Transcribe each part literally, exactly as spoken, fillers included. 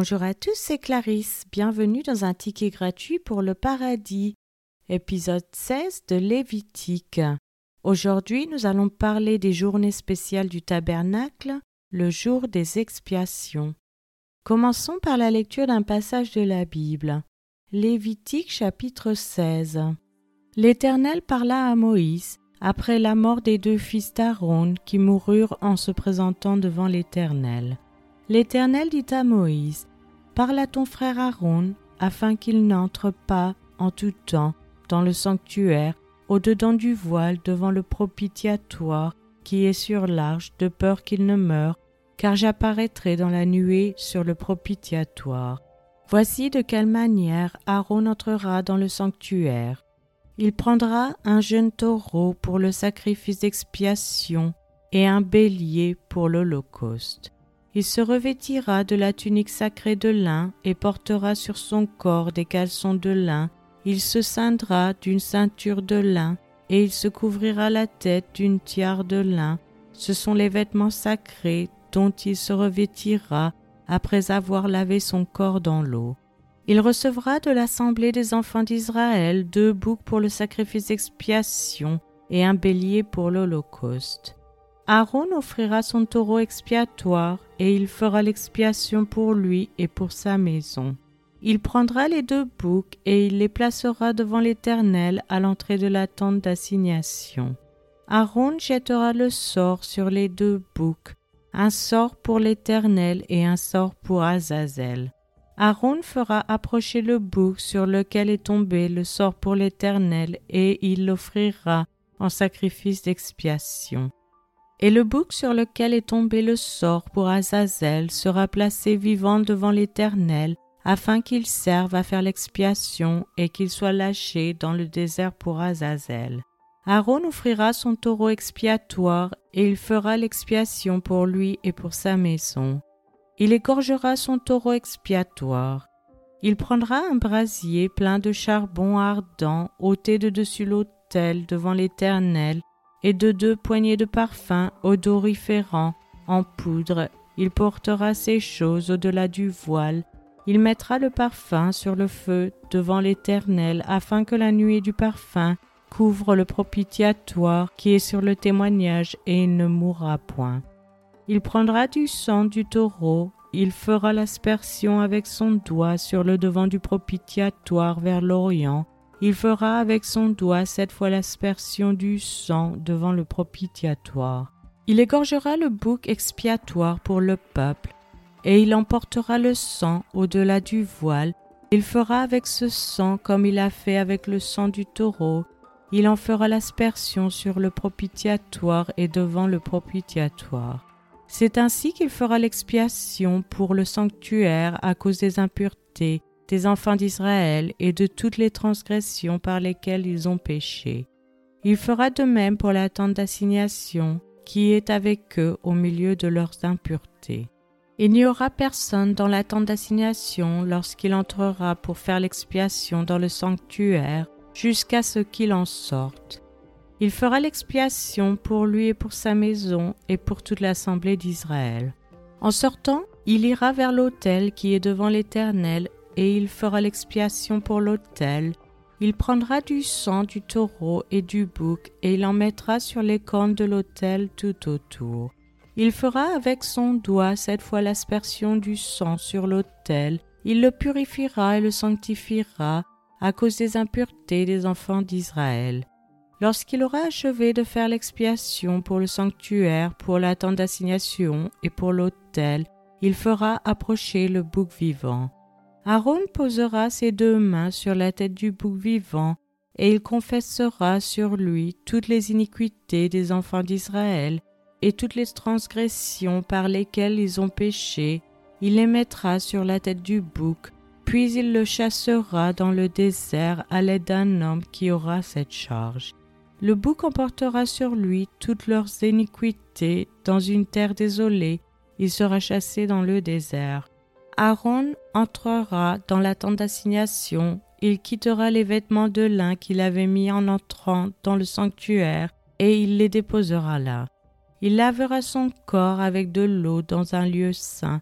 Bonjour à tous, c'est Clarisse. Bienvenue dans un ticket gratuit pour le paradis, épisode seize de Lévitique. Aujourd'hui, nous allons parler des journées spéciales du tabernacle, le jour des expiations. Commençons par la lecture d'un passage de la Bible. Lévitique chapitre seize. L'Éternel parla à Moïse après la mort des deux fils d'Aaron qui moururent en se présentant devant l'Éternel. L'Éternel dit à Moïse, « Parle à ton frère Aaron, afin qu'il n'entre pas en tout temps dans le sanctuaire, au-dedans du voile devant le propitiatoire qui est sur l'arche, de peur qu'il ne meure, car j'apparaîtrai dans la nuée sur le propitiatoire. Voici de quelle manière Aaron entrera dans le sanctuaire. Il prendra un jeune taureau pour le sacrifice d'expiation et un bélier pour l'holocauste. Il se revêtira de la tunique sacrée de lin et portera sur son corps des caleçons de lin. Il se ceindra d'une ceinture de lin et il se couvrira la tête d'une tiare de lin. Ce sont les vêtements sacrés dont il se revêtira après avoir lavé son corps dans l'eau. Il recevra de l'assemblée des enfants d'Israël deux boucs pour le sacrifice d'expiation et un bélier pour l'holocauste. Aaron offrira son taureau expiatoire et il fera l'expiation pour lui et pour sa maison. Il prendra les deux boucs et il les placera devant l'Éternel à l'entrée de la tente d'assignation. Aaron jettera le sort sur les deux boucs, un sort pour l'Éternel et un sort pour Azazel. Aaron fera approcher le bouc sur lequel est tombé le sort pour l'Éternel et il l'offrira en sacrifice d'expiation. Et le bouc sur lequel est tombé le sort pour Azazel sera placé vivant devant l'Éternel, afin qu'il serve à faire l'expiation et qu'il soit lâché dans le désert pour Azazel. Aaron offrira son taureau expiatoire et il fera l'expiation pour lui et pour sa maison. Il égorgera son taureau expiatoire. Il prendra un brasier plein de charbon ardent ôté de dessus l'autel devant l'Éternel et de deux poignées de parfum odoriférant en poudre. Il portera ces choses au-delà du voile. Il mettra le parfum sur le feu devant l'Éternel afin que la nuée du parfum couvre le propitiatoire qui est sur le témoignage et il ne mourra point. Il prendra du sang du taureau, il fera l'aspersion avec son doigt sur le devant du propitiatoire vers l'Orient. Il fera avec son doigt sept fois l'aspersion du sang devant le propitiatoire. Il égorgera le bouc expiatoire pour le peuple, et il emportera le sang au-delà du voile. Il fera avec ce sang comme il a fait avec le sang du taureau. Il en fera l'aspersion sur le propitiatoire et devant le propitiatoire. C'est ainsi qu'il fera l'expiation pour le sanctuaire à cause des impuretés des enfants d'Israël et de toutes les transgressions par lesquelles ils ont péché. Il fera de même pour la tente d'assignation qui est avec eux au milieu de leurs impuretés. Il n'y aura personne dans la tente d'assignation lorsqu'il entrera pour faire l'expiation dans le sanctuaire jusqu'à ce qu'il en sorte. Il fera l'expiation pour lui et pour sa maison et pour toute l'assemblée d'Israël. En sortant, il ira vers l'autel qui est devant l'Éternel et il fera l'expiation pour l'autel. Il prendra du sang du taureau et du bouc et il en mettra sur les cornes de l'autel tout autour. Il fera avec son doigt cette fois l'aspersion du sang sur l'autel. Il le purifiera et le sanctifiera à cause des impuretés des enfants d'Israël. Lorsqu'il aura achevé de faire l'expiation pour le sanctuaire, pour la tente d'assignation et pour l'autel, il fera approcher le bouc vivant. Aaron posera ses deux mains sur la tête du bouc vivant et il confessera sur lui toutes les iniquités des enfants d'Israël et toutes les transgressions par lesquelles ils ont péché. Il les mettra sur la tête du bouc, puis il le chassera dans le désert à l'aide d'un homme qui aura cette charge. Le bouc emportera sur lui toutes leurs iniquités dans une terre désolée. Il sera chassé dans le désert. Aaron entrera dans la tente d'assignation. Il quittera les vêtements de lin qu'il avait mis en entrant dans le sanctuaire et il les déposera là. Il lavera son corps avec de l'eau dans un lieu saint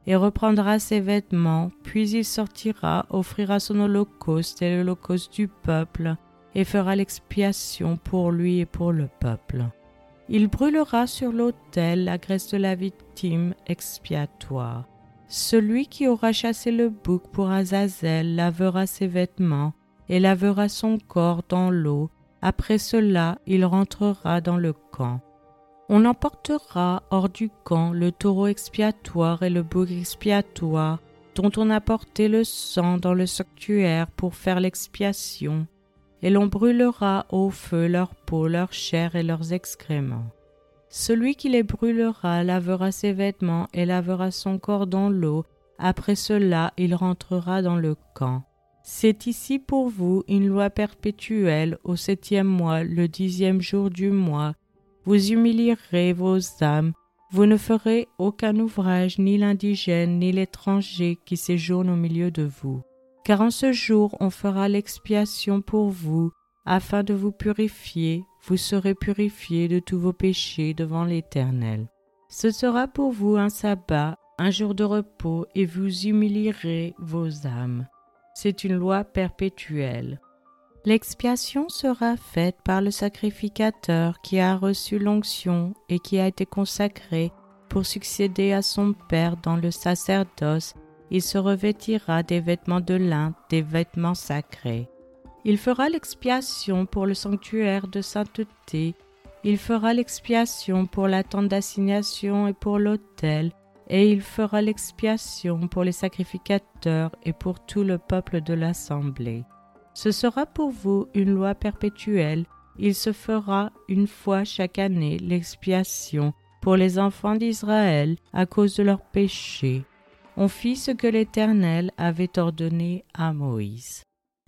et reprendra ses vêtements, puis il sortira, offrira son holocauste et l'holocauste du peuple, et fera l'expiation pour lui et pour le peuple. Il brûlera sur l'autel la graisse de la victime expiatoire. Celui qui aura chassé le bouc pour Azazel lavera ses vêtements et lavera son corps dans l'eau. Après cela, il rentrera dans le camp. On emportera hors du camp le taureau expiatoire et le bouc expiatoire, dont on a porté le sang dans le sanctuaire pour faire l'expiation, et l'on brûlera au feu leur peau, leur chair et leurs excréments. Celui qui les brûlera lavera ses vêtements et lavera son corps dans l'eau. Après cela, il rentrera dans le camp. C'est ici pour vous une loi perpétuelle au septième mois, le dixième jour du mois. Vous humilierez vos âmes. Vous ne ferez aucun ouvrage, ni l'indigène, ni l'étranger qui séjourne au milieu de vous. Car en ce jour on fera l'expiation pour vous, afin de vous purifier. Vous serez purifiés de tous vos péchés devant l'Éternel. Ce sera pour vous un sabbat, un jour de repos, et vous humilierez vos âmes. C'est une loi perpétuelle. L'expiation sera faite par le sacrificateur qui a reçu l'onction et qui a été consacré pour succéder à son père dans le sacerdoce. Il se revêtira des vêtements de lin, des vêtements sacrés. Il fera l'expiation pour le sanctuaire de sainteté. Il fera l'expiation pour la tente d'assignation et pour l'autel. Et il fera l'expiation pour les sacrificateurs et pour tout le peuple de l'assemblée. Ce sera pour vous une loi perpétuelle. Il se fera une fois chaque année l'expiation pour les enfants d'Israël à cause de leurs péchés. On fit ce que l'Éternel avait ordonné à Moïse.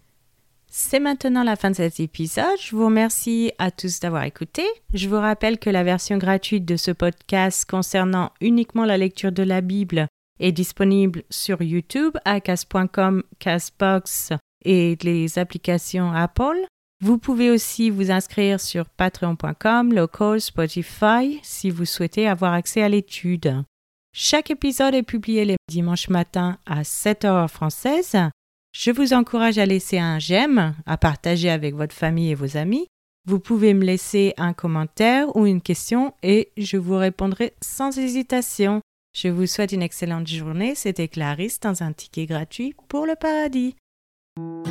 C'est maintenant la fin de cet épisode. Je vous remercie à tous d'avoir écouté. Je vous rappelle que la version gratuite de ce podcast concernant uniquement la lecture de la Bible est disponible sur YouTube, acast point com, Castbox et les applications Apple. Vous pouvez aussi vous inscrire sur patreon point com, Local, Spotify si vous souhaitez avoir accès à l'étude. Chaque épisode est publié les dimanches matins à sept heures française. Je vous encourage à laisser un j'aime, à partager avec votre famille et vos amis. Vous pouvez me laisser un commentaire ou une question et je vous répondrai sans hésitation. Je vous souhaite une excellente journée. C'était Clarisse dans un ticket gratuit pour le paradis.